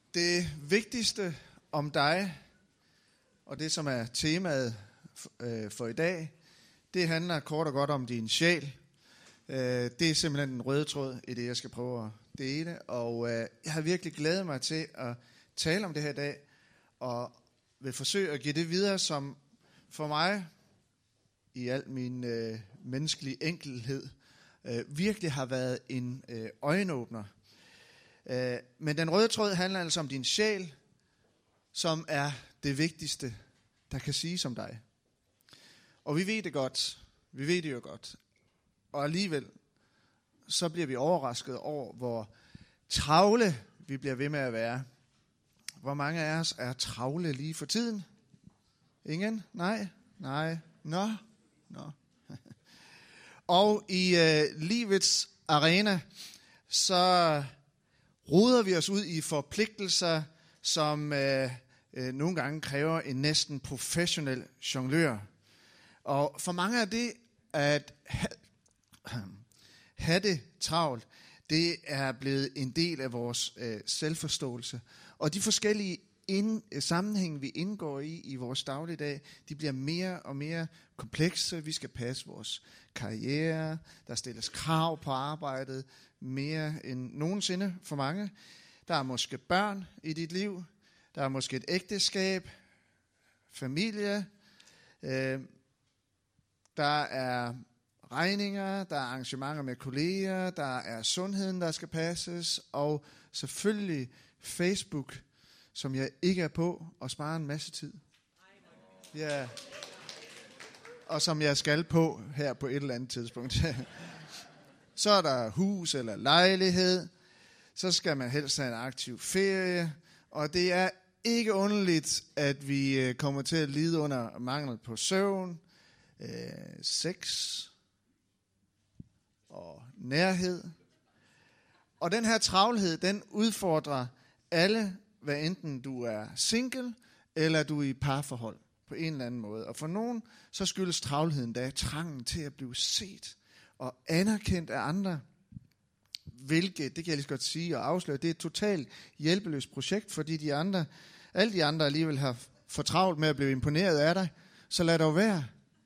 Det vigtigste om dig, og det som er temaet for i dag, det handler kort og godt om din sjæl. Det er simpelthen den røde tråd i det, jeg skal prøve at dele. Og jeg har virkelig glædet mig til at tale om det her i dag, og vil forsøge at give det videre, som for mig, i al min menneskelige enkelhed, virkelig har været en øjenåbner. Men den røde tråd handler altså om din sjæl, som er det vigtigste, der kan siges om dig. Og vi ved det godt. Vi ved det jo godt. Og alligevel, så bliver vi overrasket over, hvor travle vi bliver ved med at være. Hvor mange af os er travle lige for tiden? Ingen? Nej. Nå. Og i livets arena, så roder vi os ud i forpligtelser, som nogle gange kræver en næsten professionel jonglør. Og for mange af det at have det travlt, det er blevet en del af vores selvforståelse. Og de forskellige sammenhænge, vi indgår i vores dagligdag, de bliver mere og mere komplekse. Vi skal passe vores karriere, der stilles krav på arbejdet, mere end nogensinde for mange. Der er måske børn i dit liv, der er måske et ægteskab, familie, der er regninger, der er arrangementer med kolleger, der er sundheden, der skal passes, og selvfølgelig Facebook, som jeg ikke er på, og sparer en masse tid. Ja. Og som jeg skal på her på et eller andet tidspunkt. Så er der hus eller lejlighed, så skal man helst have en aktiv ferie, og det er ikke underligt, at vi kommer til at lide under mangel på søvn, sex og nærhed. Og den her travlhed, den udfordrer alle, hvad enten du er single, eller du er i parforhold på en eller anden måde. Og for nogen, så skyldes travlheden da trangen til at blive set og anerkendt af andre. Hvilket, det kan jeg lige så godt sige og afsløre, det er et totalt hjælpeløst projekt, fordi alle de andre alligevel har for travlt med at blive imponeret af dig, så lad dog være.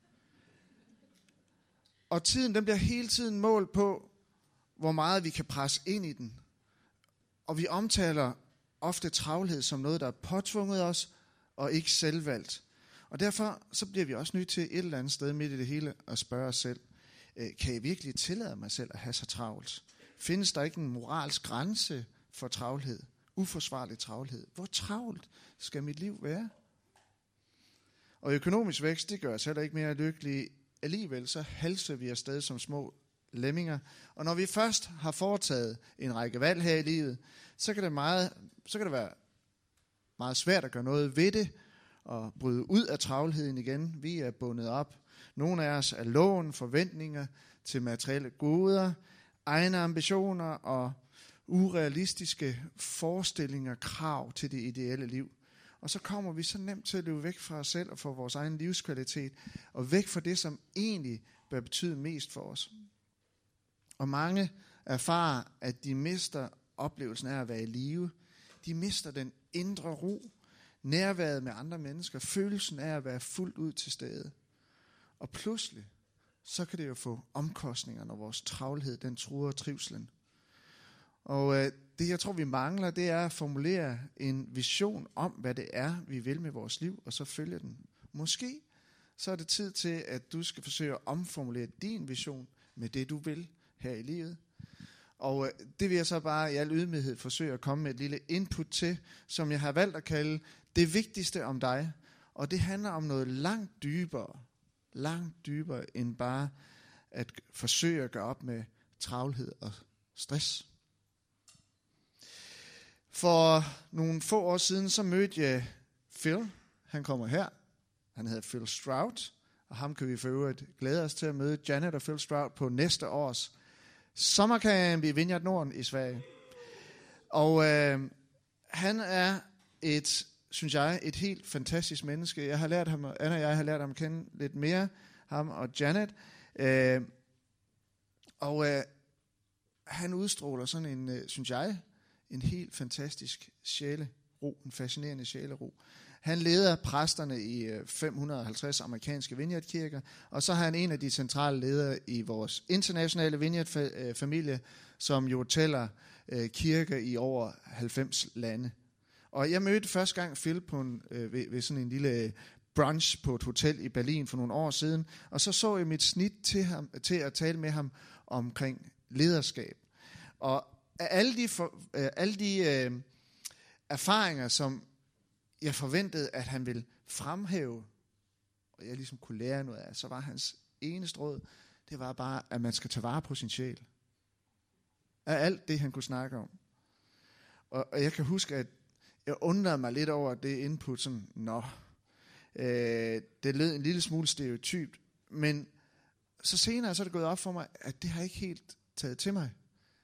Og tiden, den bliver hele tiden målt på, hvor meget vi kan presse ind i den. Og vi omtaler ofte travlhed som noget, der er påtvunget os, og ikke selvvalgt. Og derfor så bliver vi også nødt til et eller andet sted midt i det hele at spørge os selv, kan jeg virkelig tillade mig selv at have så travlt? Findes der ikke en moralsk grænse for travlhed? Uforsvarlig travlhed? Hvor travlt skal mit liv være? Og økonomisk vækst, det gør os heller ikke mere lykkelige. Alligevel så halser vi afsted som små lemminger. Og når vi først har foretaget en række valg her i livet, så kan det være meget svært at gøre noget ved det og bryde ud af travlheden igen. Vi er bundet op. Nogle af os er lån, forventninger til materielle goder, egne ambitioner og urealistiske forestillinger, krav til det ideelle liv. Og så kommer vi så nemt til at løbe væk fra os selv og fra vores egen livskvalitet, og væk fra det, som egentlig bør betyde mest for os. Og mange erfarer, at de mister oplevelsen af at være i live. De mister den indre ro, nærværet med andre mennesker, følelsen af at være fuldt ud til stede. Og pludselig, så kan det jo få omkostninger, når vores travlhed, den truer trivslen. Og det, jeg tror, vi mangler, det er at formulere en vision om, hvad det er, vi vil med vores liv, og så følge den. Måske så er det tid til, at du skal forsøge at omformulere din vision med det, du vil her i livet. Og det vil jeg så bare i al ydmyghed forsøge at komme med et lille input til, som jeg har valgt at kalde det vigtigste om dig. Og det handler om noget langt dybere end bare at forsøge at gøre op med travlhed og stress. For nogle få år siden, så mødte jeg Phil. Han kommer her. Han hedder Phil Stroud. Og ham kan vi for øvrigt glæde os til at møde, Janet og Phil Stroud, på næste års sommercamp i Vineyard Norden i Sverige. Og han er synes jeg, et helt fantastisk menneske. Jeg har lært ham, Anna og jeg har lært ham at kende lidt mere, ham og Janet. Han udstråler sådan en, synes jeg, en helt fantastisk sjælero, en fascinerende sjælero. Han leder præsterne i 550 amerikanske vineyardkirker, og så har han en af de centrale ledere i vores internationale vineyardfamilie, som jo tæller kirker i over 90 lande. Og jeg mødte første gang Phil på ved sådan en lille brunch på et hotel i Berlin for nogle år siden, og så jeg mit snit til at tale med ham omkring lederskab. Og alle de erfaringer, som jeg forventede, at han ville fremhæve, og jeg ligesom kunne lære noget af, så var hans eneste råd, det var bare, at man skal tage vare på sin sjæl. Af alt det, han kunne snakke om. Og jeg kan huske, at jeg undrede mig lidt over det input, sådan, det lød en lille smule stereotypt, men så senere så er det gået op for mig, at det har ikke helt taget til mig.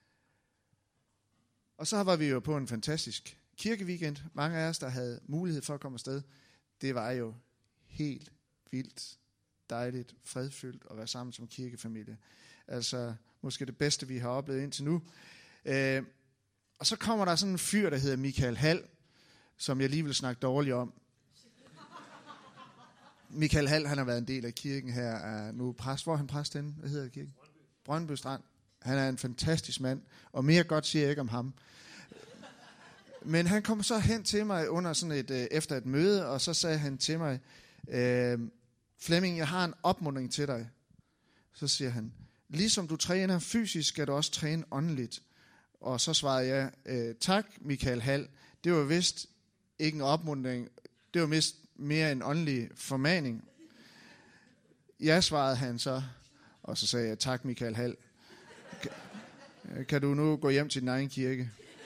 Og så var vi jo på en fantastisk kirkeweekend. Mange af os, der havde mulighed for at komme afsted, det var jo helt vildt dejligt, fredfyldt at være sammen som kirkefamilie. Altså måske det bedste, vi har oplevet indtil nu. Og så kommer der sådan en fyr, der hedder Michael Hall, som jeg lige vil snakke dårligt om. Michael Hall, han har været en del af kirken her, er nu præst. Hvor er han præst henne? Hvad hedder kirken? Brøndby Strand. Han er en fantastisk mand, og mere godt siger jeg ikke om ham. Men han kom så hen til mig under sådan efter et møde, og så sagde han til mig, Flemming, jeg har en opmuntring til dig. Så siger han, ligesom du træner fysisk, skal du også træne åndeligt. Og så svarede jeg, tak Michael Hall, det var vist ikke en opmuntring, det var vist mere en åndelig formaning. Ja, svarede han så, og så sagde jeg, tak Michael Hall. Kan du nu gå hjem til din egen kirke?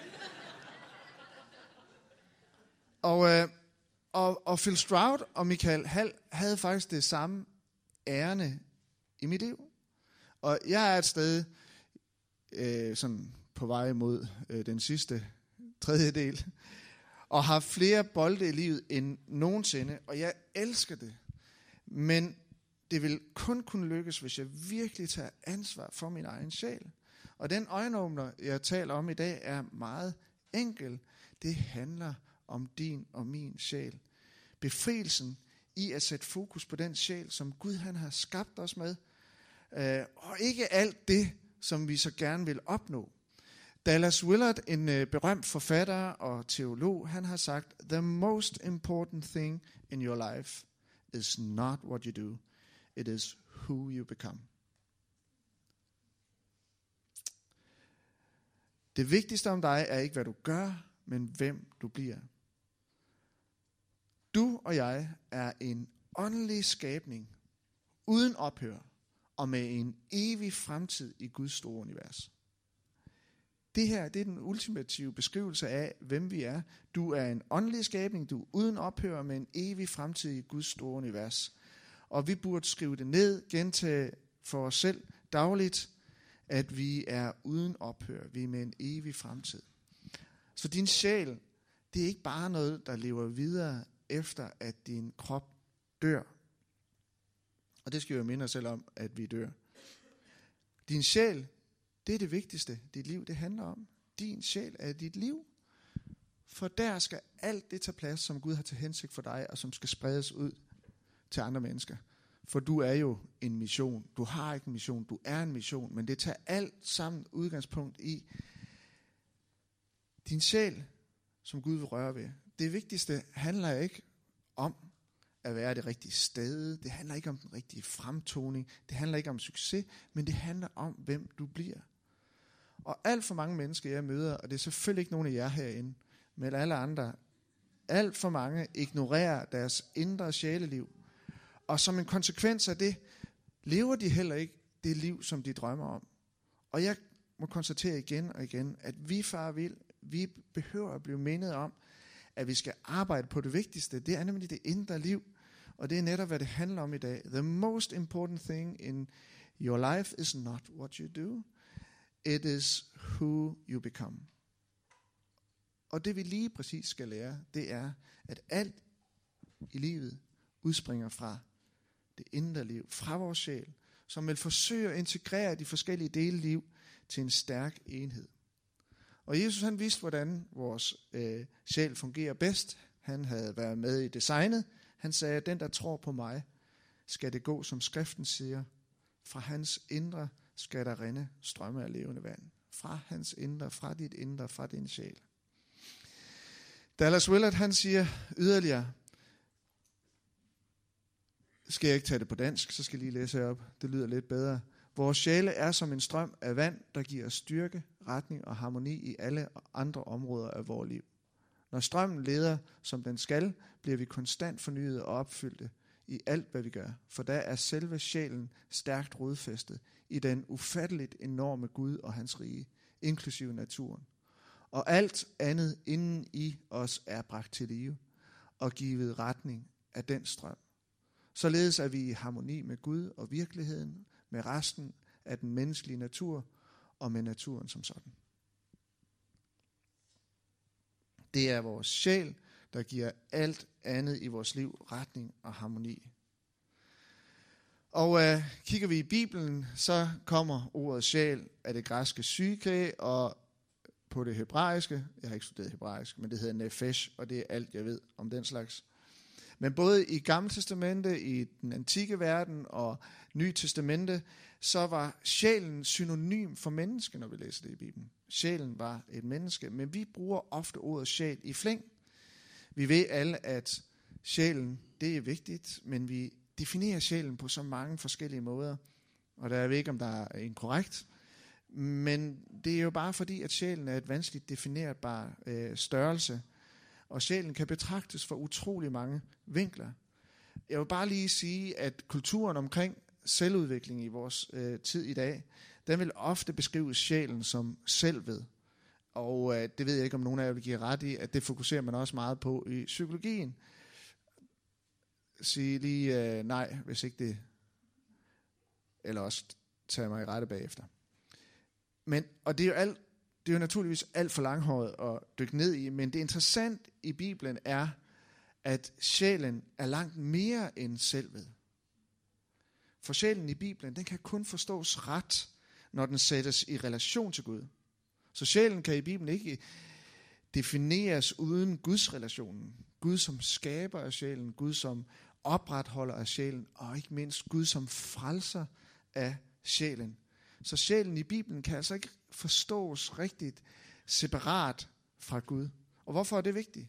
Og Phil Stroud og Michael Hall havde faktisk det samme ærne i mit liv. Og jeg er et sted sådan på vej mod den sidste tredjedel, og har flere bolde i livet end nogensinde, og jeg elsker det. Men det vil kun kunne lykkes, hvis jeg virkelig tager ansvar for min egen sjæl. Og den øjenåbner, jeg taler om i dag, er meget enkel. Det handler om din og min sjæl. Befrielsen i at sætte fokus på den sjæl, som Gud han har skabt os med, og ikke alt det, som vi så gerne vil opnå. Dallas Willard, en berømt forfatter og teolog, han har sagt, the most important thing in your life is not what you do, it is who you become. Det vigtigste om dig er ikke, hvad du gør, men hvem du bliver. Du og jeg er en åndelig skabning, uden ophør, og med en evig fremtid i Guds store univers. Det her, det er den ultimative beskrivelse af, hvem vi er. Du er en åndelig skabning, du er uden ophør, med en evig fremtid i Guds store univers. Og vi burde skrive det ned, gentage for os selv dagligt, at vi er uden ophør, vi er med en evig fremtid. Så din sjæl, det er ikke bare noget, der lever videre efter, at din krop dør. Og det skal jo minde os selv om, at vi dør. Din sjæl, det er det vigtigste, dit liv det handler om. Din sjæl er dit liv. For der skal alt det tage plads, som Gud har til hensigt for dig, og som skal spredes ud til andre mennesker. For du er jo en mission. Du har ikke en mission, du er en mission. Men det tager alt sammen udgangspunkt i din sjæl, som Gud vil røre ved. Det vigtigste handler ikke om at være det rigtige sted. Det handler ikke om den rigtige fremtoning. Det handler ikke om succes, men det handler om, hvem du bliver. Og alt for mange mennesker, jeg møder, og det er selvfølgelig ikke nogen af jer herinde, men alle andre, alt for mange ignorerer deres indre sjæleliv. Og som en konsekvens af det, lever de heller ikke det liv, som de drømmer om. Og jeg må konstatere igen og igen, at vi farer vild. Vi behøver at blive mindet om, at vi skal arbejde på det vigtigste. Det er nemlig det indre liv. Og det er netop, hvad det handler om i dag. The most important thing in your life is not what you do. It is who you become. Og det vi lige præcis skal lære, det er, at alt i livet udspringer fra det indre liv, fra vores sjæl, som vil forsøge at integrere de forskellige deleliv til en stærk enhed. Og Jesus han vidste, hvordan vores sjæl fungerer bedst. Han havde været med i designet. Han sagde, at den, der tror på mig, skal det gå, som skriften siger. Fra hans indre skal der rinde strømme af levende vand. Fra hans indre, fra dit indre, fra din sjæl. Dallas Willard, han siger yderligere, skal jeg ikke tage det på dansk, så skal jeg lige læse op. Det lyder lidt bedre. Vores sjæle er som en strøm af vand, der giver styrke, retning og harmoni i alle andre områder af vores liv. Når strømmen leder, som den skal, bliver vi konstant fornyet og opfyldte i alt, hvad vi gør. For der er selve sjælen stærkt rodfæstet i den ufatteligt enorme Gud og hans rige, inklusive naturen. Og alt andet inden i os er bragt til live og givet retning af den strøm. Således er vi i harmoni med Gud og virkeligheden, med resten af den menneskelige natur og med naturen som sådan. Det er vores sjæl, der giver alt andet i vores liv retning og harmoni. Og kigger vi i Bibelen, så kommer ordet sjæl af det græske psyke, og på det hebraiske, jeg har ikke studeret hebraisk, men det hedder nefesh, og det er alt, jeg ved om den slags. Men både i Gamle Testamente, i den antikke verden og Nye Testamente, så var sjælen synonym for menneske, når vi læser det i Bibelen. Sjælen var et menneske, men vi bruger ofte ordet sjæl i flæng. Vi ved alle, at sjælen, det er vigtigt, men vi definerer sjælen på så mange forskellige måder, og der ved ikke, om der er inkorrekt, men det er jo bare fordi, at sjælen er et vanskeligt definerbar størrelse, og sjælen kan betragtes for utrolig mange vinkler. Jeg vil bare lige sige, at kulturen omkring selvudvikling i vores tid i dag, den vil ofte beskrive sjælen som selvved. Og det ved jeg ikke, om nogen af jer vil give ret i, at det fokuserer man også meget på i psykologien. Sige lige nej, hvis ikke det, eller også tage mig i rette bagefter. Og det er jo naturligvis alt for langhåret at dykke ned i, men det interessant i Bibelen er, at sjælen er langt mere end selvved. For sjælen i Bibelen, den kan kun forstås ret, når den sættes i relation til Gud. Så sjælen kan i Bibelen ikke defineres uden Guds relationen. Gud som skaber af sjælen, Gud som opretholder af sjælen, og ikke mindst Gud som frelser af sjælen. Så sjælen i Bibelen kan altså ikke forstås rigtigt separat fra Gud. Og hvorfor er det vigtigt?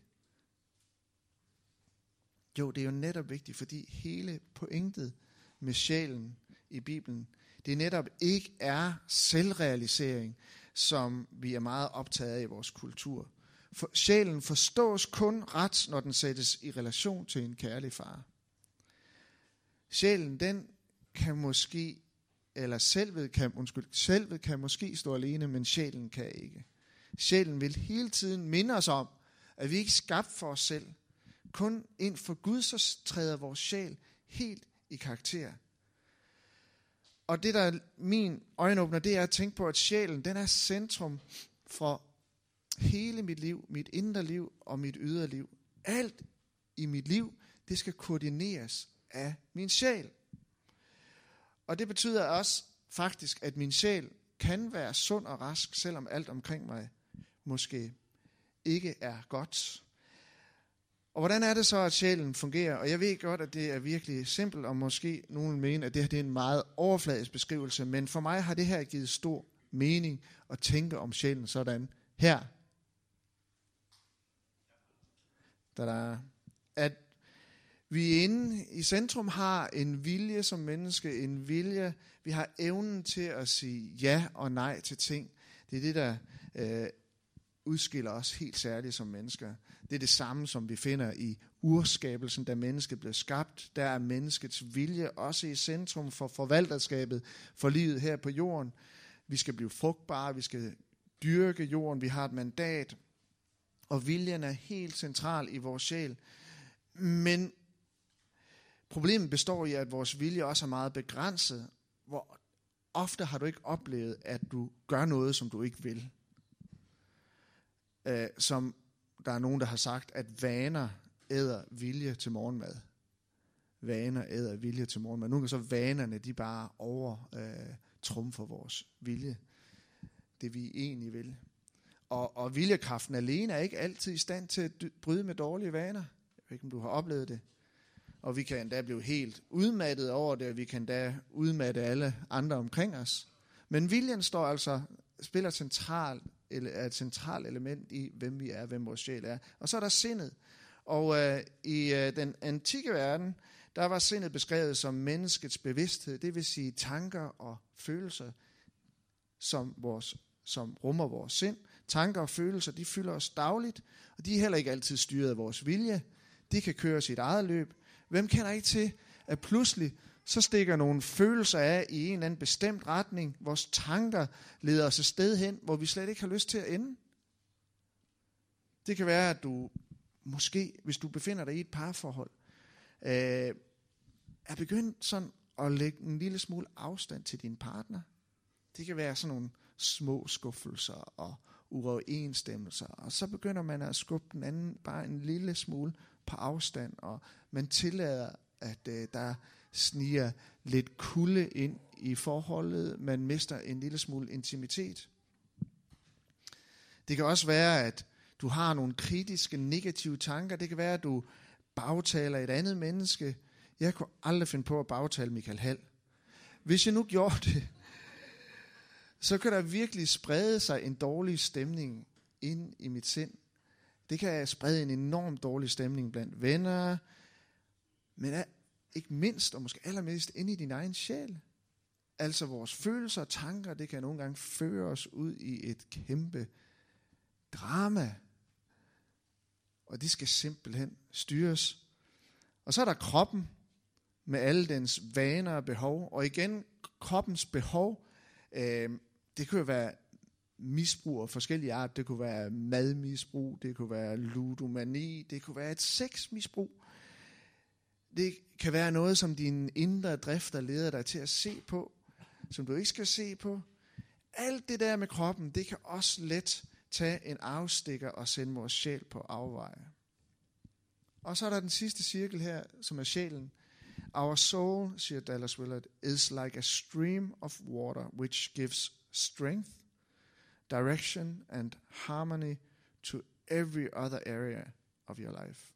Jo, det er jo netop vigtigt, fordi hele pointet med sjælen i Bibelen, det netop ikke er selvrealisering, som vi er meget optaget af i vores kultur. For sjælen forstås kun ret, når den sættes i relation til en kærlig far. Sjælen, den kan måske, eller selvet kan måske stå alene, men sjælen kan ikke. Sjælen vil hele tiden minde os om, at vi ikke er skabt for os selv. Kun ind for Gud, så træder vores sjæl helt i karakter. Og det, der er min øjenåbner, det er at tænke på, at sjælen, den er centrum for hele mit liv, mit indre liv og mit ydre liv. Alt i mit liv, det skal koordineres af min sjæl. Og det betyder også faktisk, at min sjæl kan være sund og rask, selvom alt omkring mig måske ikke er godt. Og hvordan er det så, at sjælen fungerer? Og jeg ved godt, at det er virkelig simpelt, og måske nogen vil mene, at det her det er en meget overfladisk beskrivelse, men for mig har det her givet stor mening at tænke om sjælen sådan her. At vi inde i centrum har en vilje som menneske, en vilje, vi har evnen til at sige ja og nej til ting. Det er det, der udskiller os helt særligt som mennesker. Det er det samme, som vi finder i urskabelsen, da mennesket blev skabt. Der er menneskets vilje også i centrum for forvalterskabet for livet her på jorden. Vi skal blive frugtbare, vi skal dyrke jorden, vi har et mandat, og viljen er helt central i vores sjæl. Men problemet består i, at vores vilje også er meget begrænset. Hvor ofte har du ikke oplevet, at du gør noget, som du ikke vil? Som der er nogen, der har sagt, at vaner æder vilje til morgenmad. Vaner æder vilje til morgenmad. Nu kan så vanerne, de bare overtrumfer vores vilje. Det vi egentlig vil. Og viljekraften alene er ikke altid i stand til at bryde med dårlige vaner. Jeg ved ikke, om du har oplevet det. Og vi kan endda blive helt udmattet over det, og vi kan endda udmatte alle andre omkring os. Men viljen spiller et centralt element i, hvem vi er, hvem vores sjæl er. Og så er der sindet. Og i den antikke verden, der var sindet beskrevet som menneskets bevidsthed, det vil sige tanker og følelser, som rummer vores sind. Tanker og følelser, de fylder os dagligt, og de er heller ikke altid styret af vores vilje. De kan køre sit eget løb. Hvem kender ikke til, at pludselig så stikker nogle følelser af i en eller anden bestemt retning. Vores tanker leder os et sted hen, hvor vi slet ikke har lyst til at ende. Det kan være, at du måske, hvis du befinder dig i et parforhold, er begyndt sådan at lægge en lille smule afstand til din partner. Det kan være sådan nogle små skuffelser og uoverensstemmelser, og så begynder man at skubbe den anden bare en lille smule på afstand, og man tillader, at der sniger lidt kulde ind i forholdet, man mister en lille smule intimitet. Det kan også være, at du har nogle kritiske, negative tanker. Det kan være, at du bagtaler et andet menneske. Jeg kunne aldrig finde på at bagtale Michael Hall. Hvis jeg nu gjorde det, så kan der virkelig sprede sig en dårlig stemning ind i mit sind. Det kan sprede en enorm dårlig stemning blandt venner, men ikke mindst, og måske allermest, ind i din egen sjæl. Altså vores følelser og tanker, det kan nogle gange føre os ud i et kæmpe drama. Og det skal simpelthen styres. Og så er der kroppen med alle dens vaner og behov. Og igen, kroppens behov, det kan jo være misbrug af forskellige art. Det kunne være madmisbrug, det kunne være ludomani, det kunne være et sexmisbrug. Det kan være noget, som dine indre drifter leder dig til at se på, som du ikke skal se på. Alt det der med kroppen, det kan også let tage en afstikker og sende vores sjæl på afveje. Og så er der den sidste cirkel her, som er sjælen. Our soul, siger Dallas Willard, is like a stream of water which gives strength, direction and harmony to every other area of your life.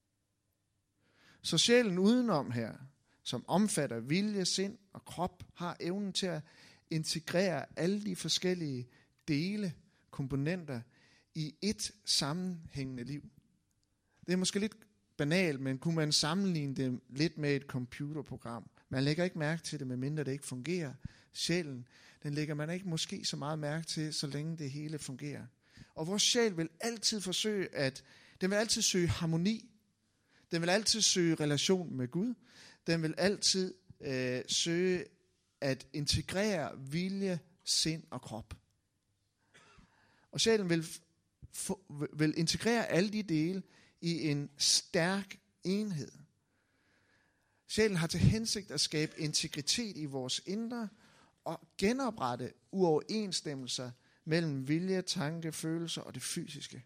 Så sjælen udenom her, som omfatter vilje, sind og krop, har evnen til at integrere alle de forskellige dele, komponenter i et sammenhængende liv. Det er måske lidt banalt, men kunne man sammenligne det lidt med et computerprogram? Man lægger ikke mærke til det, medmindre det ikke fungerer. Sjælen, den lægger man ikke måske så meget mærke til, så længe det hele fungerer. Og vores sjæl vil altid den vil altid søge harmoni. Den vil altid søge relation med Gud. Den vil altid søge at integrere vilje, sind og krop. Og sjælen vil integrere alle de dele i en stærk enhed. Sjælen har til hensigt at skabe integritet i vores indre og genoprette uoverensstemmelser mellem vilje, tanke, følelser og det fysiske.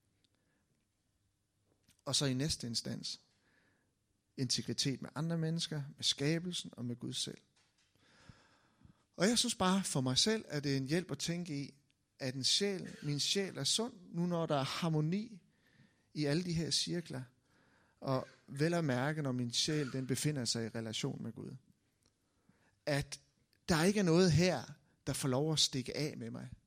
Og så i næste instans integritet med andre mennesker, med skabelsen og med Gud selv. Og jeg synes bare for mig selv, at det er en hjælp at tænke i, at min sjæl er sund, nu når der er harmoni i alle de her cirkler, og vel at mærke, når min sjæl den befinder sig i relation med Gud. At der ikke er noget her, der får lov at stikke af med mig.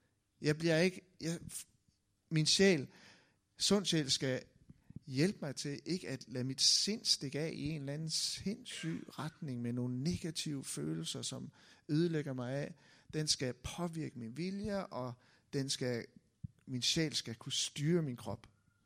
Min sjæl, sund sjæl, skal hjælpe mig til ikke at lade mit sind stikke af i en eller anden sindssyg retning med nogle negative følelser, som ødelægger mig af. Den skal påvirke min vilje, og min sjæl skal kunne styre min krop.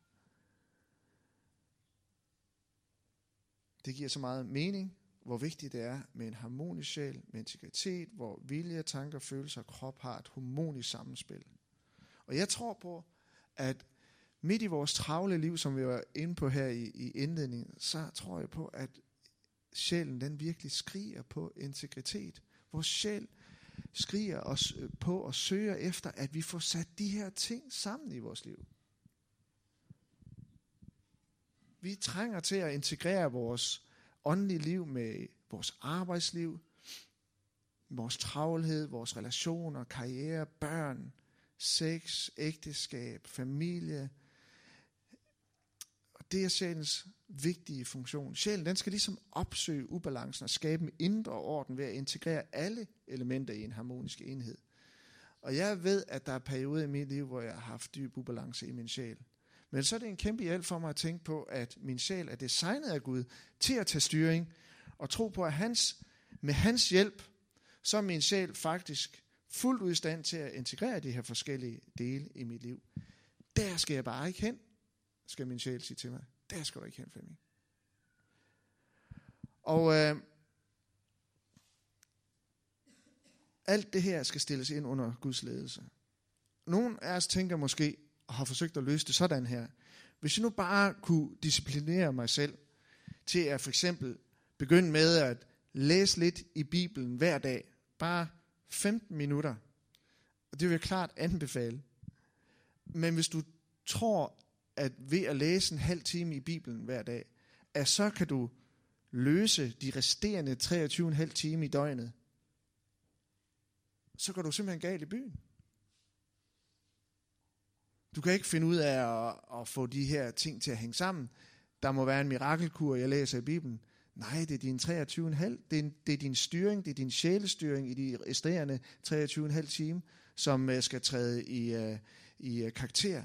Det giver så meget mening, hvor vigtigt det er med en harmonisk sjæl, med integritet, hvor vilje, tanker, følelser og krop har et harmonisk sammenspil. Og jeg tror på, at midt i vores travle liv, som vi var inde på her i indledningen, så tror jeg på, at sjælen den virkelig skriger på integritet. Vores sjæl skriger os på og søger efter, at vi får sat de her ting sammen i vores liv. Vi trænger til at integrere vores åndelige liv med vores arbejdsliv, vores travlhed, vores relationer, karriere, børn, sex, ægteskab, familie. Og det er sjælens vigtige funktion. Sjælen, den skal ligesom opsøge ubalancen og skabe en indre orden ved at integrere alle elementer i en harmonisk enhed. Og jeg ved, at der er perioder i mit liv, hvor jeg har haft dyb ubalance i min sjæl. Men så er det en kæmpe hjælp for mig at tænke på, at min sjæl er designet af Gud til at tage styring, og tro på, at med hans hjælp, så er min sjæl faktisk fuldt ud i stand til at integrere de her forskellige dele i mit liv. Der skal jeg bare ikke hen, skal min sjæl sige til mig. Der skal du ikke hen, Flemming. Og alt det her skal stilles ind under Guds ledelse. Nogle af os tænker måske, og har forsøgt at løse det sådan her. Hvis jeg nu bare kunne disciplinere mig selv til at for eksempel begynde med at læse lidt i Bibelen hver dag. Bare 15 minutter. Og det vil jeg klart anbefale. Men hvis du tror, at ved at læse en halv time i Bibelen hver dag, at så kan du løse de resterende 23,5 timer i døgnet, så går du simpelthen galt i byen. Du kan ikke finde ud af at få de her ting til at hænge sammen. Der må være en mirakelkur, jeg læser i Bibelen. Nej, det er din 23,5. Det er din styring, det er din sjælestyring i de resterende 23,5 timer, som skal træde i karakter.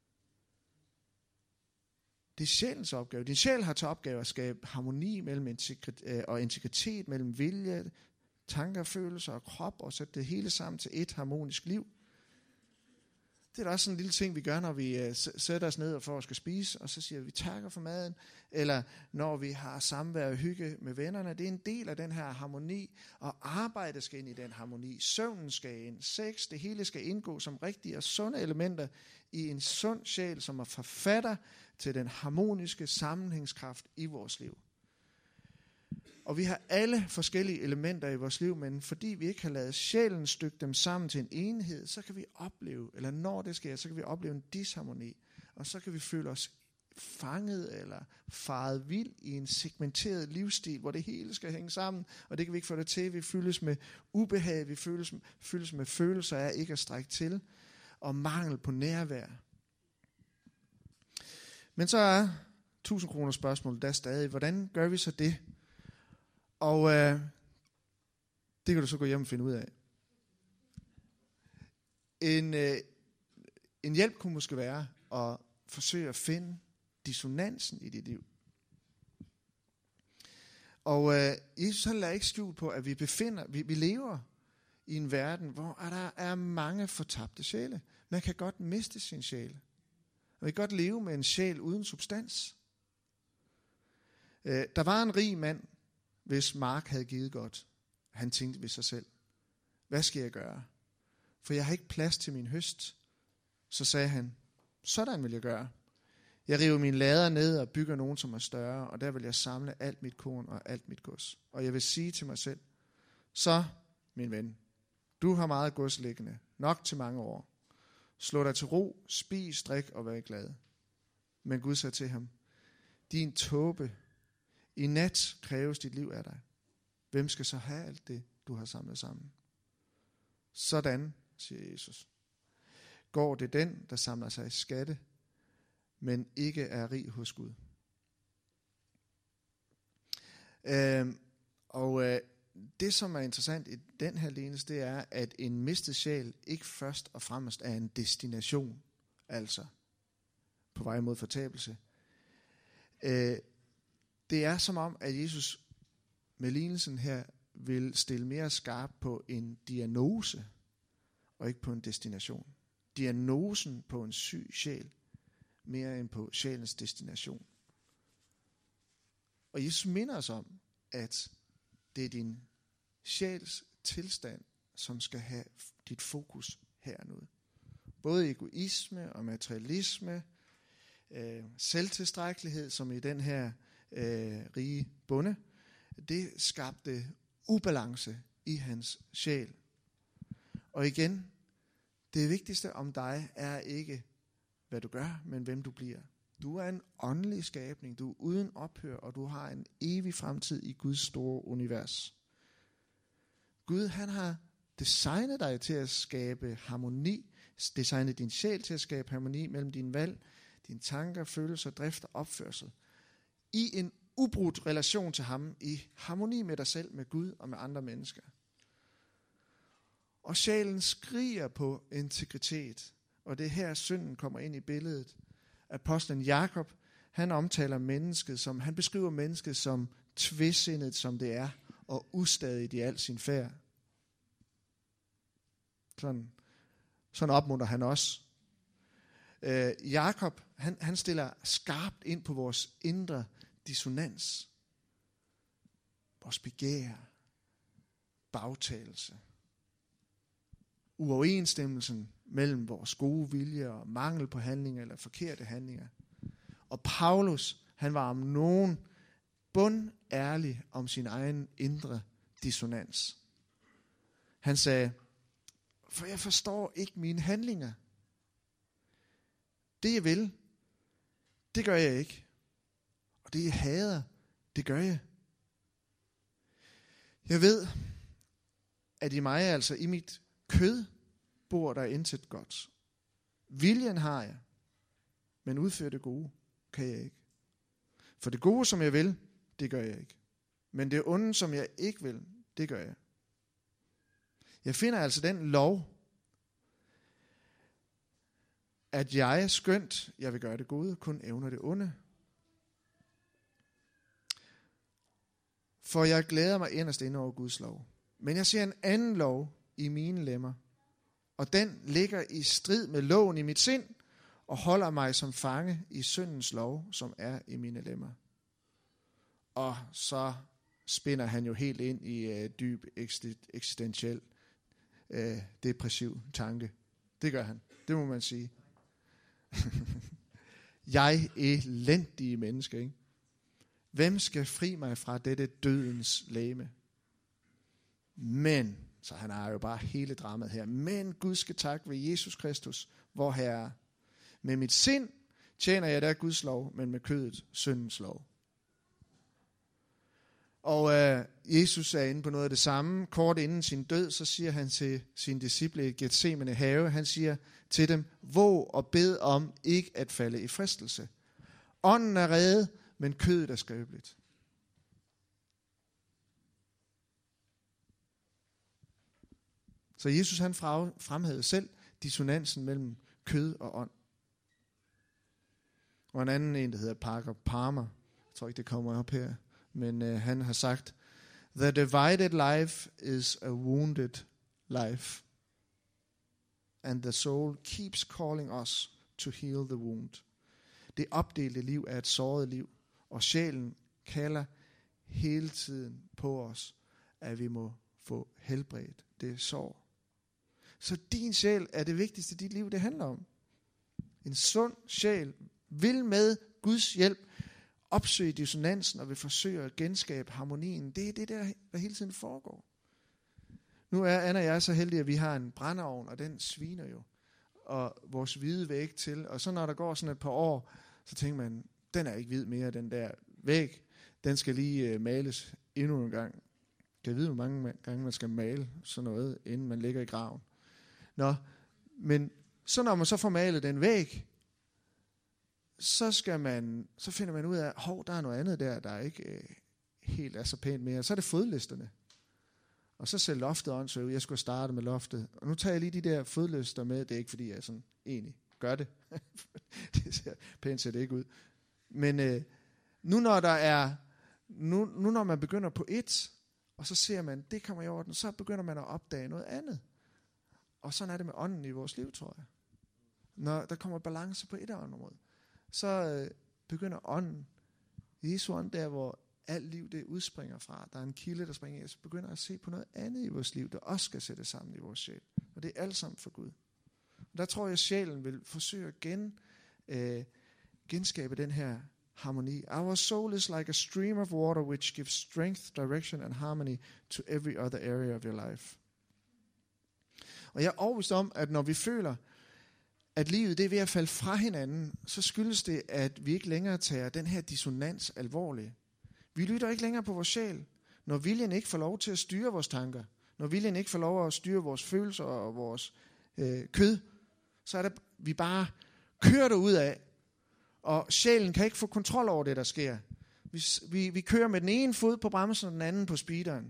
Det er sjælens opgave. Din sjæl har til opgave at skabe harmoni mellem integritet, mellem vilje, tanker, følelser og krop, og sætte det hele sammen til et harmonisk liv. Det er da også sådan en lille ting, vi gør, når vi sætter os ned og får at skal spise, og så siger vi takker for maden, eller når vi har samvær og hygge med vennerne. Det er en del af den her harmoni, og arbejdet skal ind i den harmoni. Søvnen skal ind, sex, det hele skal indgå som rigtige og sunde elementer i en sund sjæl, som er forfatter til den harmoniske sammenhængskraft i vores liv. Og vi har alle forskellige elementer i vores liv, men fordi vi ikke har ladet sjælen stykke dem sammen til en enhed, så kan vi opleve, eller når det sker, så kan vi opleve en disharmoni. Og så kan vi føle os fanget eller faret vild i en segmenteret livsstil, hvor det hele skal hænge sammen, og det kan vi ikke få det til. Vi føles med ubehag, vi føles med følelser af ikke at strække til, og mangel på nærvær. Men så er 1000 kroner spørgsmålet der stadig, hvordan gør vi så det? Og det kan du så gå hjem og finde ud af. En hjælp kunne måske være at forsøge at finde dissonansen i dit liv. Og Jesus han lader ikke skjul på, at vi lever i en verden, hvor der er mange fortabte sjæle. Man kan godt miste sin sjæl. Man kan godt leve med en sjæl uden substans. Der var en rig mand, hvis mark havde givet godt. Han tænkte ved sig selv, hvad skal jeg gøre? For jeg har ikke plads til min høst. Så sagde han, sådan vil jeg gøre. Jeg river mine lader ned og bygger nogen, som er større, og der vil jeg samle alt mit korn og alt mit gods. Og jeg vil sige til mig selv, så min ven, du har meget gods liggende, nok til mange år. Slå dig til ro, spis, drik og vær glad. Men Gud sagde til ham, din tåbe, i nat kræves dit liv af dig. Hvem skal så have alt det, du har samlet sammen? Sådan, siger Jesus, går det den, der samler sig i skatte, men ikke er rig hos Gud. Det, som er interessant i den her lignelse, det er, at en mistet sjæl ikke først og fremmest er en destination, altså på vej mod fortabelse. Det er som om, at Jesus med lignelsen her vil stille mere skarp på en diagnose, og ikke på en destination. Diagnosen på en syg sjæl, mere end på sjælens destination. Og Jesus minder os om, at det er din sjæls tilstand, som skal have dit fokus her og nu. Både egoisme og materialisme, selvtilstrækkelighed, som i den her rige bonde, det skabte ubalance i hans sjæl. Og igen, det vigtigste om dig er ikke, hvad du gør, men hvem du bliver. Du er en åndelig skabning, du er uden ophør, og du har en evig fremtid i Guds store univers. Gud, han har designet dig til at skabe harmoni designet din sjæl til at skabe harmoni mellem dine valg, dine tanker, følelser, drift og opførsel. I en ubrudt relation til ham, i harmoni med dig selv, med Gud og med andre mennesker. Og sjælen skriger på integritet, og det er her synden kommer ind i billedet. Apostlen Jakob, han omtaler mennesket som, han beskriver mennesket som tvesindet, som det er, og ustadigt i al sin færd. Sådan opmuntrer han også. Jakob, han stiller skarpt ind på vores indre dissonans. Vores begær, bagtagelse. Uoverensstemmelsen mellem vores gode vilje og mangel på handlinger eller forkerte handlinger. Og Paulus, han var om nogen bundærlig om sin egen indre dissonans. Han sagde, for jeg forstår ikke mine handlinger. Det jeg vil, det gør jeg ikke. Og det jeg hader, det gør jeg. Jeg ved, at i mig, altså i mit kød, bor der intet godt. Viljen har jeg, men udføre det gode kan jeg ikke. For det gode, som jeg vil, det gør jeg ikke. Men det onde, som jeg ikke vil, det gør jeg. Jeg finder altså den lov, at jeg, skønt jeg vil gøre det gode, kun evner det onde. For jeg glæder mig inderst inde over Guds lov. Men jeg ser en anden lov i mine lemmer, og den ligger i strid med loven i mit sind, og holder mig som fange i syndens lov, som er i mine lemmer. Og så spinder han jo helt ind i dyb eksistentiel depressiv tanke. Det gør han. Det må man sige. Jeg elendige menneske, ikke? Hvem skal fri mig fra dette dødens legeme? Men, så han har jo bare hele dramaet her, men Gud skal tak ved Jesus Kristus, vor Herre. Med mit sind tjener jeg der Guds lov, men med kødet syndens lov. Og Jesus er inde på noget af det samme. Kort inden sin død, så siger han til sine disciple i Getsemane have, han siger til dem, våg og bed om ikke at falde i fristelse. Ånden er rede, men kødet er skrøbeligt. Så Jesus han fremhævede selv dissonansen mellem kød og ånd. Og en anden en, der hedder Parker Palmer, jeg tror ikke det kommer op her, men han har sagt, the divided life is a wounded life, and the soul keeps calling us to heal the wound. Det opdelte liv er et såret liv, og sjælen kalder hele tiden på os, at vi må få helbredt det sår. Så din sjæl er det vigtigste, dit liv det handler om. En sund sjæl vil med Guds hjælp opsøge dissonansen og vil forsøge at genskabe harmonien. Det er det, der hele tiden foregår. Nu er Anna og jeg så heldige, at vi har en brændeovn, og den sviner jo. Og vores hvide væg til. Og så når der går sådan et par år, så tænker man, den er ikke hvid mere, den der væg. Den skal lige males endnu en gang. Kan jeg vide, hvor mange gange man skal male sådan noget, inden man ligger i graven. Nå, men så når man så får malet den væg, så finder man ud af, der er noget andet der ikke helt er så pænt mere. Så er det fodlisterne. Og så ser loftet åndssvagt ud. Jeg skulle starte med loftet. Og nu tager jeg lige de der fodlister med. Det er ikke fordi jeg sådan egentlig gør det. Det ser pænt ser det ikke ud. Men nu når man begynder på et, og så ser man, det kommer i orden, så begynder man at opdage noget andet. Og sådan er det med ånden i vores liv, tror jeg. Når der kommer balance på et område, så begynder ånden, Jesu ånd, der hvor alt liv det udspringer fra. Der er en kilde, der springer af, så begynder at se på noget andet i vores liv, der også skal sættes sammen i vores sjæl. Og det er alt sammen for Gud. Og der tror jeg, at sjælen vil forsøge at genskabe den her harmoni. Our soul is like a stream of water which gives strength, direction and harmony to every other area of your life. Og jeg er overbevist om, at når vi føler, at livet det er ved at falde fra hinanden, så skyldes det, at vi ikke længere tager den her dissonans alvorligt. Vi lytter ikke længere på vores sjæl, når viljen ikke får lov til at styre vores tanker, når viljen ikke får lov at styre vores følelser og vores kød, så er det, vi bare kører derud af, og sjælen kan ikke få kontrol over det, der sker. Vi kører med den ene fod på bremsen, og den anden på speederen.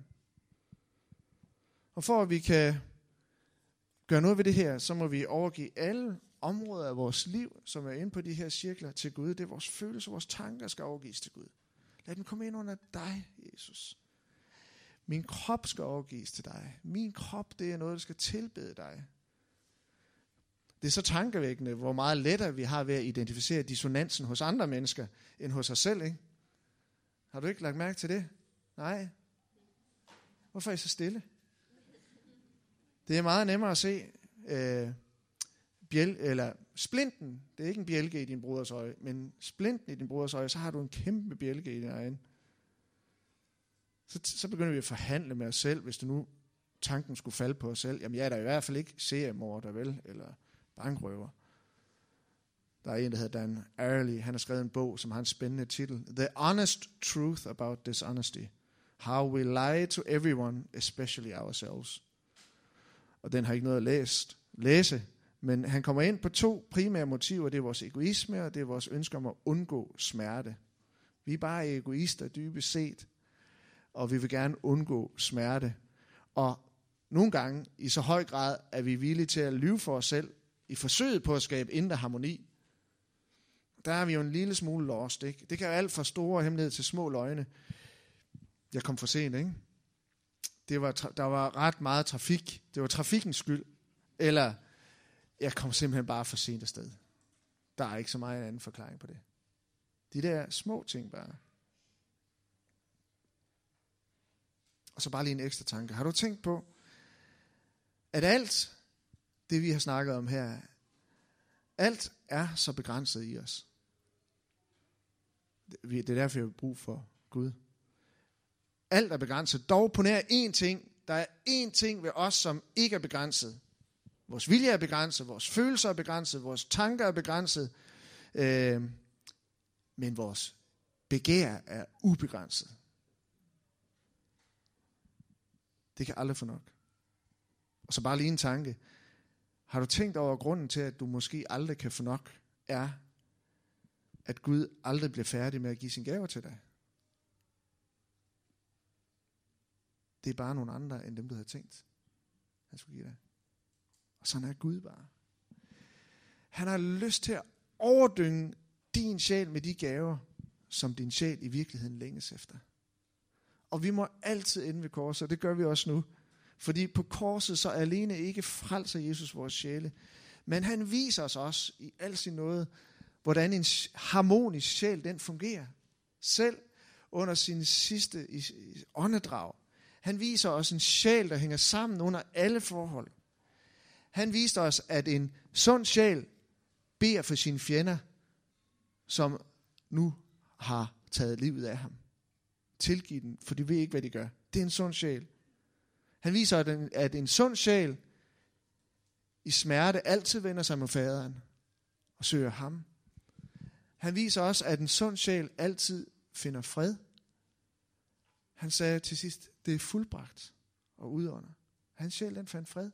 Og for at vi kan gøre noget ved det her, så må vi overgive alle områder af vores liv, som er inde på de her cirkler, til Gud. Det er vores følelser, vores tanker skal overgives til Gud. Lad den komme ind under dig, Jesus. Min krop skal overgives til dig. Min krop, det er noget, der skal tilbede dig. Det er så tankevækkende, hvor meget lettere vi har ved at identificere dissonansen hos andre mennesker, end hos os selv, ikke? Har du ikke lagt mærke til det? Nej. Hvorfor er I så stille? Det er meget nemmere at se splinten. Det er ikke en bjælke i din broders øje, men splinten i din broders øje, så har du en kæmpe bjælke i din egen. Så begynder vi at forhandle med os selv, hvis du nu tanken skulle falde på os selv. Jamen jeg er da i hvert fald ikke seriemorder, vel? Eller bankrøver. Der er en, der hedder Dan Ariely. Han har skrevet en bog, som har en spændende titel. The Honest Truth About Dishonesty. How We Lie to Everyone, Especially Ourselves. Og den har ikke noget at læse. Men han kommer ind på 2 primære motiver. Det er vores egoisme, og det er vores ønske om at undgå smerte. Vi er bare egoister dybest set. Og vi vil gerne undgå smerte. Og nogle gange, i så høj grad, er vi villige til at lyve for os selv, i forsøget på at skabe indre harmoni. Der er vi jo en lille smule lost, ikke? Det kan jo alt fra store hemmeligheder til små løgne. Jeg kom for sent, ikke? Der var ret meget trafik. Det var trafikkens skyld. Eller, jeg kom simpelthen bare for sent afsted. Der er ikke så meget anden forklaring på det. De der små ting bare. Og så bare lige en ekstra tanke. Har du tænkt på, at alt det, vi har snakket om her, alt er så begrænset i os. Det er derfor, vi har brug for Gud. Alt er begrænset. Dog på nær én ting. Der er én ting ved os, som ikke er begrænset. Vores vilje er begrænset, vores følelser er begrænset, vores tanker er begrænset. Men vores begær er ubegrænset. Det kan aldrig få nok. Og så bare lige en tanke. Har du tænkt over grunden til, at du måske aldrig kan få nok, er, at Gud aldrig bliver færdig med at give sin gaver til dig? Det er bare nogle andre, end dem, du havde tænkt, han skulle give dig. Og sådan er Gud bare. Han har lyst til at overdynge din sjæl med de gaver, som din sjæl i virkeligheden længes efter. Og vi må altid ende ved korset, og det gør vi også nu. Fordi på korset så alene ikke frelser Jesus vores sjæle, men han viser os også i al sin nåde, hvordan en harmonisk sjæl den fungerer. Selv under sin sidste åndedrag. Han viser os en sjæl, der hænger sammen under alle forhold. Han viste os, at en sund sjæl beder for sine fjender, som nu har taget livet af ham. Tilgiv dem, for de ved ikke, hvad de gør. Det er en sund sjæl. Han viser, at en sund sjæl i smerte altid vender sig mod faderen og søger ham. Han viser også, at en sund sjæl altid finder fred. Han sagde til sidst, det er fuldbragt og udånder. Hans sjæl, den fandt fred.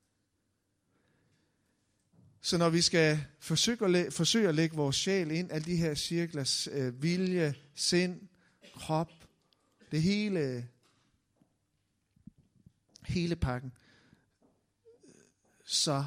Så når vi skal forsøge at lægge vores sjæl ind, alle de her cirkler, vilje, sind, krop, det hele pakken, så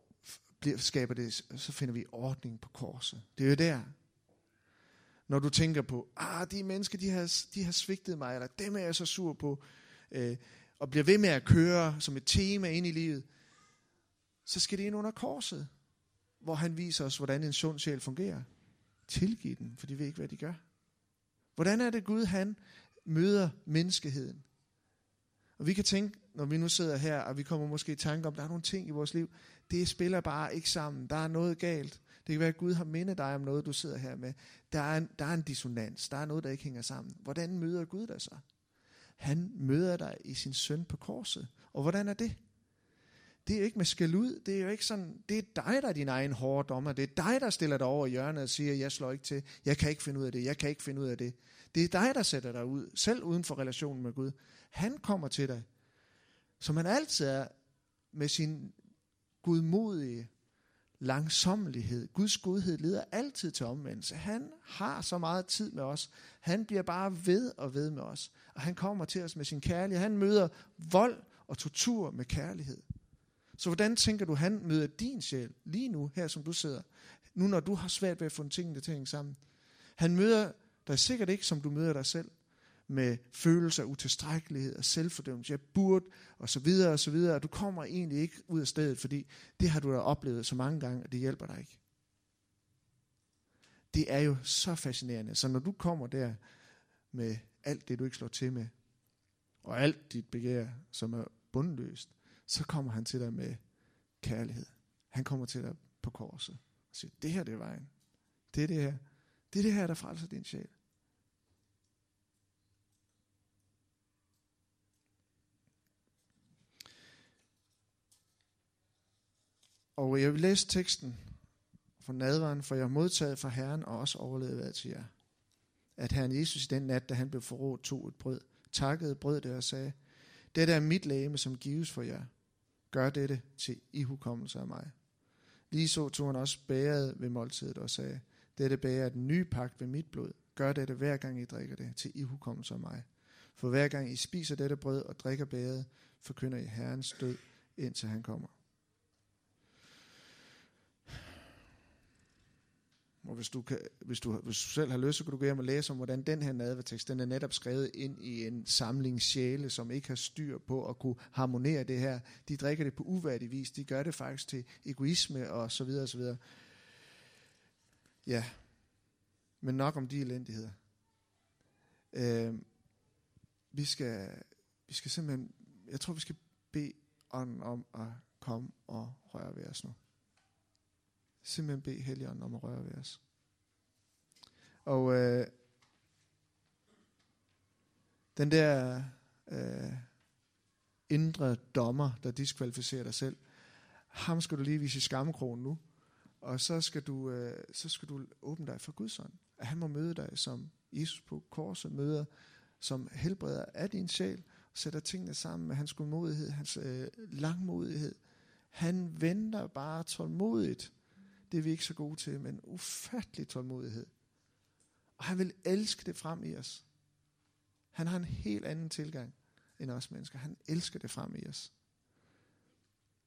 finder vi ordning på korset. Det er jo der. Når du tænker på, de mennesker, de har svigtet mig, eller dem er jeg så sur på, og bliver ved med at køre som et tema ind i livet, så skal det ind under korset, hvor han viser os, hvordan en sund sjæl fungerer. Tilgiv dem, for de ved ikke, hvad de gør. Hvordan er det Gud, han møder menneskeheden? Og vi kan tænke, når vi nu sidder her, og vi kommer måske i tanke om, der er nogle ting i vores liv, det spiller bare ikke sammen. Der er noget galt. Det kan være, at Gud har mindet dig om noget, du sidder her med. Der er en dissonans. Der er noget, der ikke hænger sammen. Hvordan møder Gud dig så? Han møder dig i sin søn på korset. Og hvordan er det? Det er jo ikke med skæld ud. Det er jo ikke sådan, det er dig, der er din egen hårde dommer. Det er dig, der stiller dig over i hjørnet og siger, jeg slår ikke til. Jeg kan ikke finde ud af det. Jeg kan ikke finde ud af det. Det er dig, der sætter dig ud, selv uden for relationen med Gud. Han kommer til dig, som han altid er, med sin gudmodige, langsommelighed. Guds godhed leder altid til omvendelse. Han har så meget tid med os. Han bliver bare ved og ved med os. Og han kommer til os med sin kærlighed. Han møder vold og tortur med kærlighed. Så hvordan tænker du, han møder din sjæl lige nu, her som du sidder? Nu når du har svært ved at få tingene til at hænge sammen. Han møder dig sikkert ikke, som du møder dig selv. Med følelser af utilstrækkelighed og selvfordømmelse. Jeg burde, og så videre, og så videre. Og du kommer egentlig ikke ud af stedet, fordi det har du da oplevet så mange gange, og det hjælper dig ikke. Det er jo så fascinerende. Så når du kommer der med alt det, du ikke slår til med, og alt dit begær, som er bundløst, så kommer han til dig med kærlighed. Han kommer til dig på korset og siger, det her det er vejen. Det er det her. Det er det her, der frelser din sjæl. Og jeg vil læse teksten fra nadveren, for jeg har modtaget fra Herren og også overlevet til jer. At Herren Jesus i den nat, da han blev forrådt, tog et brød, takkede brød det og sagde, dette er mit legeme, som gives for jer. Gør dette til ihukommelse af mig. Lige så tog han også bæret ved måltidet og sagde, dette bærer er den nye pagt ved mit blod. Gør dette hver gang I drikker det til ihukommelse af mig. For hver gang I spiser dette brød og drikker bæret, forkynder I Herrens død, indtil han kommer. Og hvis du selv har lyst, så kan du gå hjem og læse om, hvordan den her nadvertekst, den er netop skrevet ind i en samling sjæle, som ikke har styr på at kunne harmonere det her. De drikker det på uværdig vis. De gør det faktisk til egoisme og så videre og så videre. Ja, men nok om de elendigheder. Vi skal simpelthen, jeg tror vi skal bede ånden om at komme og røre ved os nu. Simpelthen bede Helligånden om at røre ved os. Og den der indre dommer, der diskvalificerer dig selv, ham skal du lige vise i skammekrogen nu. Og så skal du åbne dig for Guds ånd. At han må møde dig, som Jesus på korset møder, som helbreder af din sjæl, og sætter tingene sammen med hans godmodighed, hans langmodighed. Han venter bare tålmodigt. Det er vi ikke så gode til, men ufattelig tålmodighed. Og han vil elske det frem i os. Han har en helt anden tilgang end os mennesker. Han elsker det frem i os.